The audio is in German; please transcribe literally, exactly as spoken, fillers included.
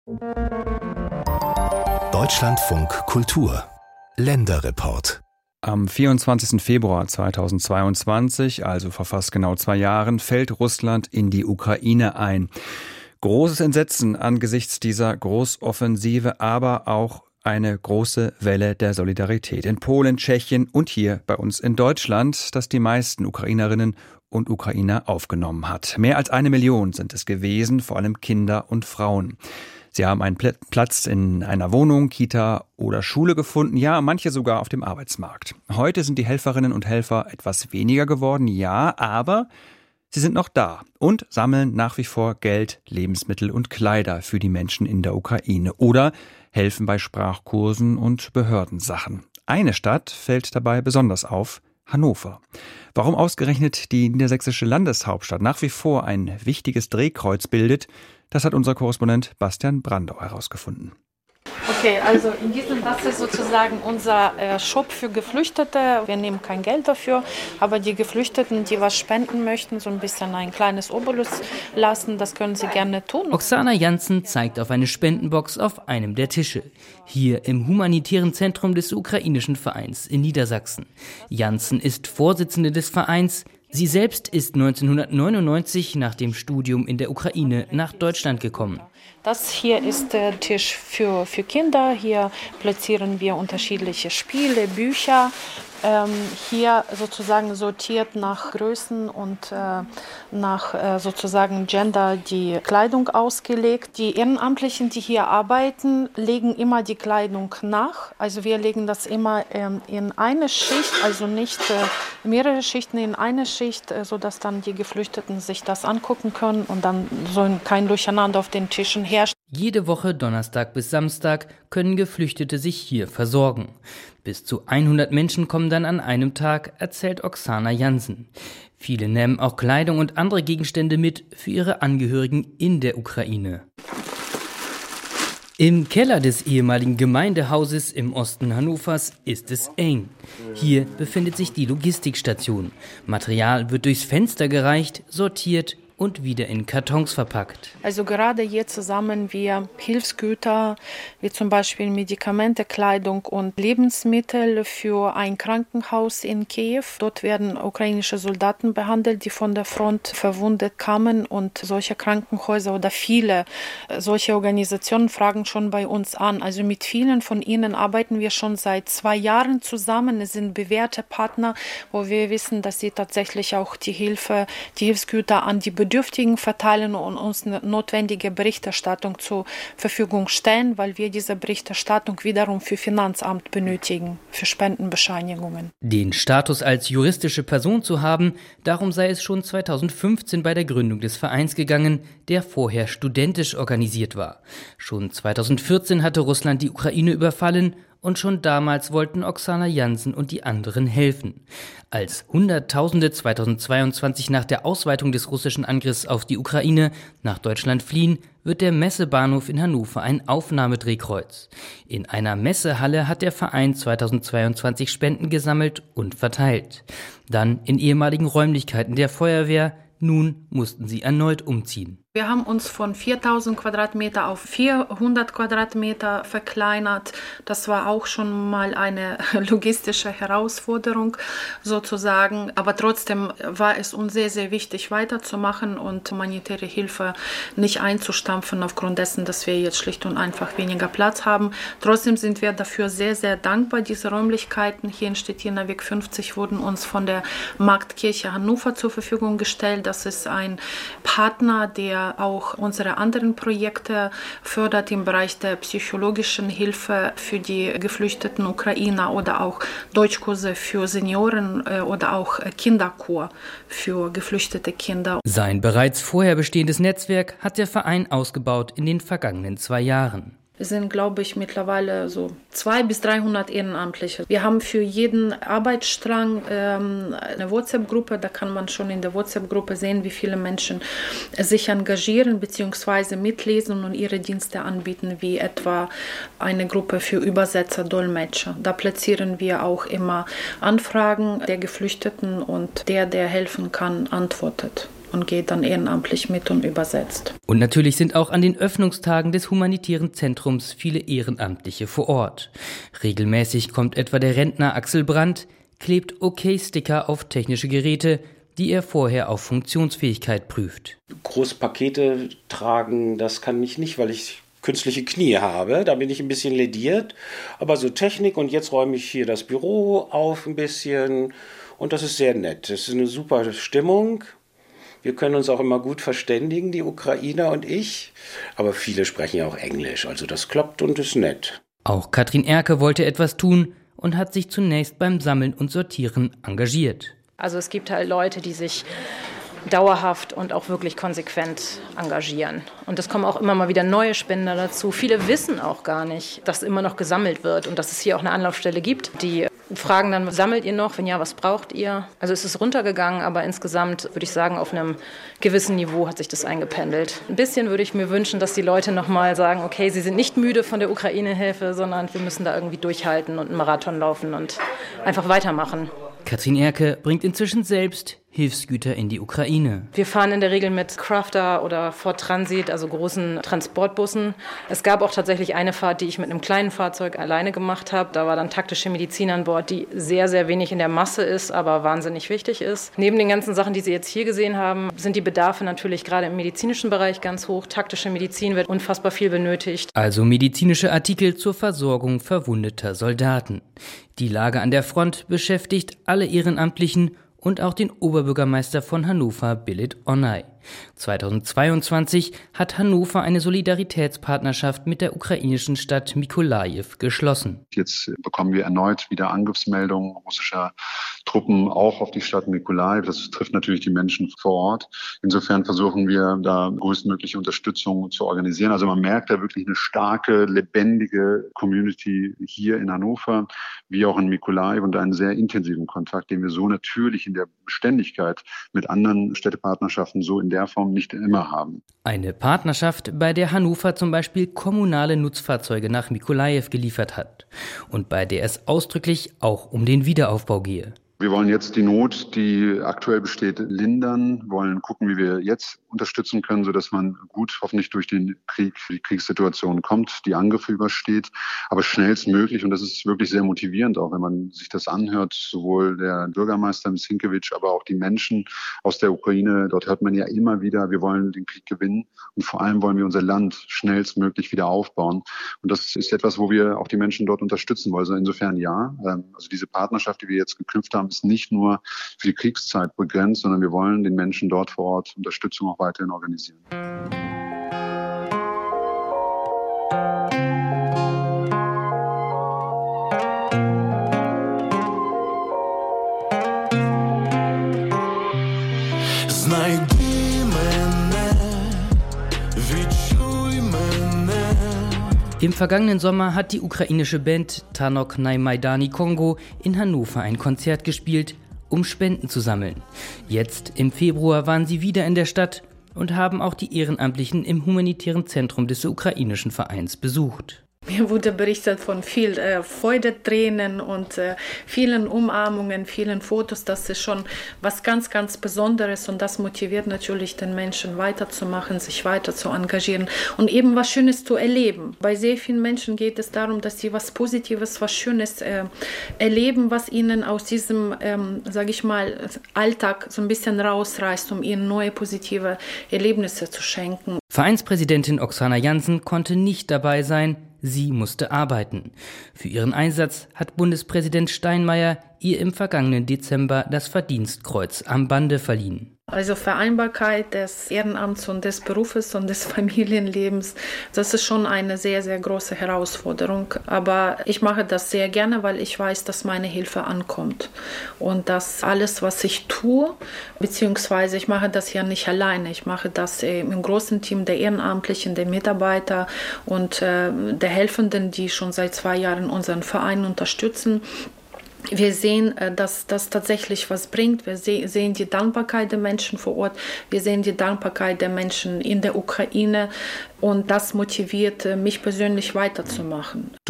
Deutschlandfunk Kultur Länderreport. Am vierundzwanzigsten Februar zweitausendzweiundzwanzig, also vor fast genau zwei Jahren, fällt Russland in die Ukraine ein. Großes Entsetzen angesichts dieser Großoffensive, aber auch eine große Welle der Solidarität in Polen, Tschechien und hier bei uns in Deutschland, das die meisten Ukrainerinnen und Ukrainer aufgenommen hat. Mehr als eine Million sind es gewesen, vor allem Kinder und Frauen. Sie haben einen Platz in einer Wohnung, Kita oder Schule gefunden, ja, manche sogar auf dem Arbeitsmarkt. Heute sind die Helferinnen und Helfer etwas weniger geworden, ja, aber sie sind noch da und sammeln nach wie vor Geld, Lebensmittel und Kleider für die Menschen in der Ukraine oder helfen bei Sprachkursen und Behördensachen. Eine Stadt fällt dabei besonders auf: Hannover. Warum ausgerechnet die niedersächsische Landeshauptstadt nach wie vor ein wichtiges Drehkreuz bildet, das hat unser Korrespondent Bastian Brandau herausgefunden. Okay, also in diesem, das ist sozusagen unser äh, Shop für Geflüchtete. Wir nehmen kein Geld dafür, aber die Geflüchteten, die was spenden möchten, so ein bisschen ein kleines Obolus lassen, das können sie gerne tun. Oksana Jansen zeigt auf eine Spendenbox auf einem der Tische. Hier im humanitären Zentrum des ukrainischen Vereins in Niedersachsen. Jansen ist Vorsitzende des Vereins. Sie selbst ist neunzehnhundertneunundneunzig nach dem Studium in der Ukraine nach Deutschland gekommen. Das hier ist der Tisch für, für Kinder. Hier platzieren wir unterschiedliche Spiele, Bücher. Ähm, hier sozusagen sortiert nach Größen und äh, nach äh, sozusagen Gender die Kleidung ausgelegt. Die Ehrenamtlichen, die hier arbeiten, legen immer die Kleidung nach. Also wir legen das immer ähm, in eine Schicht, also nicht äh, mehrere Schichten in eine Schicht, äh, sodass dann die Geflüchteten sich das angucken können und dann so kein Durcheinander auf den Tischen herrscht. Jede Woche Donnerstag bis Samstag können Geflüchtete sich hier versorgen. Bis zu hundert Menschen kommen dann an einem Tag, erzählt Oksana Jansen. Viele nehmen auch Kleidung und andere Gegenstände mit für ihre Angehörigen in der Ukraine. Im Keller des ehemaligen Gemeindehauses im Osten Hannovers ist es eng. Hier befindet sich die Logistikstation. Material wird durchs Fenster gereicht, sortiert und wieder in Kartons verpackt. Also gerade hier zusammen wir Hilfsgüter, wie zum Beispiel Medikamente, Kleidung und Lebensmittel für ein Krankenhaus in Kiew. Dort werden ukrainische Soldaten behandelt, die von der Front verwundet kamen. Und solche Krankenhäuser oder viele solche Organisationen fragen schon bei uns an. Also mit vielen von ihnen arbeiten wir schon seit zwei Jahren zusammen. Es sind bewährte Partner, wo wir wissen, dass sie tatsächlich auch die Hilfe, die Hilfsgüter an die Bedürftigen verteilen und uns eine notwendige Berichterstattung zur Verfügung stellen, weil wir diese Berichterstattung wiederum für Finanzamt benötigen, für Spendenbescheinigungen. Den Status als juristische Person zu haben, darum sei es schon zweitausendfünfzehn bei der Gründung des Vereins gegangen, der vorher studentisch organisiert war. Schon zweitausendvierzehn hatte Russland die Ukraine überfallen und schon damals wollten Oksana Jansen und die anderen helfen. Als Hunderttausende zweitausendzweiundzwanzig nach der Ausweitung des russischen Angriffs auf die Ukraine nach Deutschland fliehen, wird der Messebahnhof in Hannover ein Aufnahmedrehkreuz. In einer Messehalle hat der Verein zweitausendzweiundzwanzig Spenden gesammelt und verteilt. Dann in ehemaligen Räumlichkeiten der Feuerwehr. Nun mussten sie erneut umziehen. Wir haben uns von viertausend Quadratmeter auf vierhundert Quadratmeter verkleinert. Das war auch schon mal eine logistische Herausforderung sozusagen. Aber trotzdem war es uns sehr, sehr wichtig, weiterzumachen und humanitäre Hilfe nicht einzustampfen aufgrund dessen, dass wir jetzt schlicht und einfach weniger Platz haben. Trotzdem sind wir dafür sehr, sehr dankbar. Diese Räumlichkeiten hier in Stettiner Weg fünfzig wurden uns von der Marktkirche Hannover zur Verfügung gestellt. Das ist ein Partner, der auch unsere anderen Projekte fördert im Bereich der psychologischen Hilfe für die geflüchteten Ukrainer oder auch Deutschkurse für Senioren oder auch Kinderchor für geflüchtete Kinder. Sein bereits vorher bestehendes Netzwerk hat der Verein ausgebaut in den vergangenen zwei Jahren. Es sind, glaube ich, mittlerweile so zweihundert bis dreihundert Ehrenamtliche. Wir haben für jeden Arbeitsstrang ähm, eine WhatsApp-Gruppe. Da kann man schon in der WhatsApp-Gruppe sehen, wie viele Menschen sich engagieren bzw. mitlesen und ihre Dienste anbieten, wie etwa eine Gruppe für Übersetzer, Dolmetscher. Da platzieren wir auch immer Anfragen der Geflüchteten und der, der helfen kann, antwortet. und geht dann ehrenamtlich mit und übersetzt. Und natürlich sind auch an den Öffnungstagen des humanitären Zentrums viele Ehrenamtliche vor Ort. Regelmäßig kommt etwa der Rentner Axel Brandt, klebt OK-Sticker auf technische Geräte, die er vorher auf Funktionsfähigkeit prüft. Große Pakete tragen, das kann ich nicht, weil ich künstliche Knie habe. Da bin ich ein bisschen lediert. Aber so Technik, und jetzt räume ich hier das Büro auf ein bisschen. Und das ist sehr nett. Das ist eine super Stimmung. Wir können uns auch immer gut verständigen, die Ukrainer und ich. Aber viele sprechen ja auch Englisch. Also das klappt und ist nett. Auch Katrin Erke wollte etwas tun und hat sich zunächst beim Sammeln und Sortieren engagiert. Also es gibt halt Leute, die sich dauerhaft und auch wirklich konsequent engagieren. Und es kommen auch immer mal wieder neue Spender dazu. Viele wissen auch gar nicht, dass immer noch gesammelt wird und dass es hier auch eine Anlaufstelle gibt. Die fragen dann, sammelt ihr noch? Wenn ja, was braucht ihr? Also es ist runtergegangen, aber insgesamt würde ich sagen, auf einem gewissen Niveau hat sich das eingependelt. Ein bisschen würde ich mir wünschen, dass die Leute nochmal sagen, okay, sie sind nicht müde von der Ukraine-Hilfe, sondern wir müssen da irgendwie durchhalten und einen Marathon laufen und einfach weitermachen. Katrin Erke bringt inzwischen selbst Hilfsgüter in die Ukraine. Wir fahren in der Regel mit Crafter oder Ford Transit, also großen Transportbussen. Es gab auch tatsächlich eine Fahrt, die ich mit einem kleinen Fahrzeug alleine gemacht habe. Da war dann taktische Medizin an Bord, die sehr, sehr wenig in der Masse ist, aber wahnsinnig wichtig ist. Neben den ganzen Sachen, die Sie jetzt hier gesehen haben, sind die Bedarfe natürlich gerade im medizinischen Bereich ganz hoch. Taktische Medizin wird unfassbar viel benötigt. Also medizinische Artikel zur Versorgung verwundeter Soldaten. Die Lage an der Front beschäftigt alle Ehrenamtlichen und auch den Oberbürgermeister von Hannover, Billit Onay. zweitausendzweiundzwanzig hat Hannover eine Solidaritätspartnerschaft mit der ukrainischen Stadt Mykolajiw geschlossen. Jetzt bekommen wir erneut wieder Angriffsmeldungen russischer Truppen auch auf die Stadt Mykolajiw. Das trifft natürlich die Menschen vor Ort. Insofern versuchen wir, da größtmögliche Unterstützung zu organisieren. Also man merkt da wirklich eine starke, lebendige Community hier in Hannover, wie auch in Mykolajiw, und einen sehr intensiven Kontakt, den wir so natürlich in der Beständigkeit mit anderen Städtepartnerschaften so in der Form nicht immer haben. Eine Partnerschaft, bei der Hannover zum Beispiel kommunale Nutzfahrzeuge nach Mykolajiw geliefert hat und bei der es ausdrücklich auch um den Wiederaufbau gehe. Wir wollen jetzt die Not, die aktuell besteht, lindern, wollen gucken, wie wir jetzt unterstützen können, sodass man gut hoffentlich durch den Krieg, die Kriegssituation kommt, die Angriffe übersteht, aber schnellstmöglich. Und das ist wirklich sehr motivierend, auch wenn man sich das anhört, sowohl der Bürgermeister Sienkiewicz, aber auch die Menschen aus der Ukraine. Dort hört man ja immer wieder, wir wollen den Krieg gewinnen und vor allem wollen wir unser Land schnellstmöglich wieder aufbauen. Und das ist etwas, wo wir auch die Menschen dort unterstützen wollen. Also insofern ja, also diese Partnerschaft, die wir jetzt geknüpft haben, ist nicht nur für die Kriegszeit begrenzt, sondern wir wollen den Menschen dort vor Ort Unterstützung auch weiterhin organisieren. Im vergangenen Sommer hat die ukrainische Band Tanok Naimaidani Kongo in Hannover ein Konzert gespielt, um Spenden zu sammeln. Jetzt im Februar waren sie wieder in der Stadt und haben auch die Ehrenamtlichen im humanitären Zentrum des ukrainischen Vereins besucht. Mir wurde berichtet von viel äh, Freudentränen und äh, vielen Umarmungen, vielen Fotos. Das ist schon was ganz, ganz Besonderes und das motiviert natürlich den Menschen weiterzumachen, sich weiter zu engagieren und eben was Schönes zu erleben. Bei sehr vielen Menschen geht es darum, dass sie was Positives, was Schönes äh, erleben, was ihnen aus diesem, ähm, sage ich mal, Alltag so ein bisschen rausreißt, um ihnen neue positive Erlebnisse zu schenken. Vereinspräsidentin Oksana Jansen konnte nicht dabei sein. Sie musste arbeiten. Für ihren Einsatz hat Bundespräsident Steinmeier ihr im vergangenen Dezember das Verdienstkreuz am Bande verliehen. Also Vereinbarkeit des Ehrenamts und des Berufes und des Familienlebens, das ist schon eine sehr, sehr große Herausforderung. Aber ich mache das sehr gerne, weil ich weiß, dass meine Hilfe ankommt. Und dass alles, was ich tue, beziehungsweise ich mache das ja nicht alleine, ich mache das im großen Team der Ehrenamtlichen, der Mitarbeiter und äh, der Helfenden, die schon seit zwei Jahren unseren Verein unterstützen. Wir sehen, dass das tatsächlich was bringt. Wir sehen die Dankbarkeit der Menschen vor Ort. Wir sehen die Dankbarkeit der Menschen in der Ukraine. Und das motiviert mich persönlich weiterzumachen.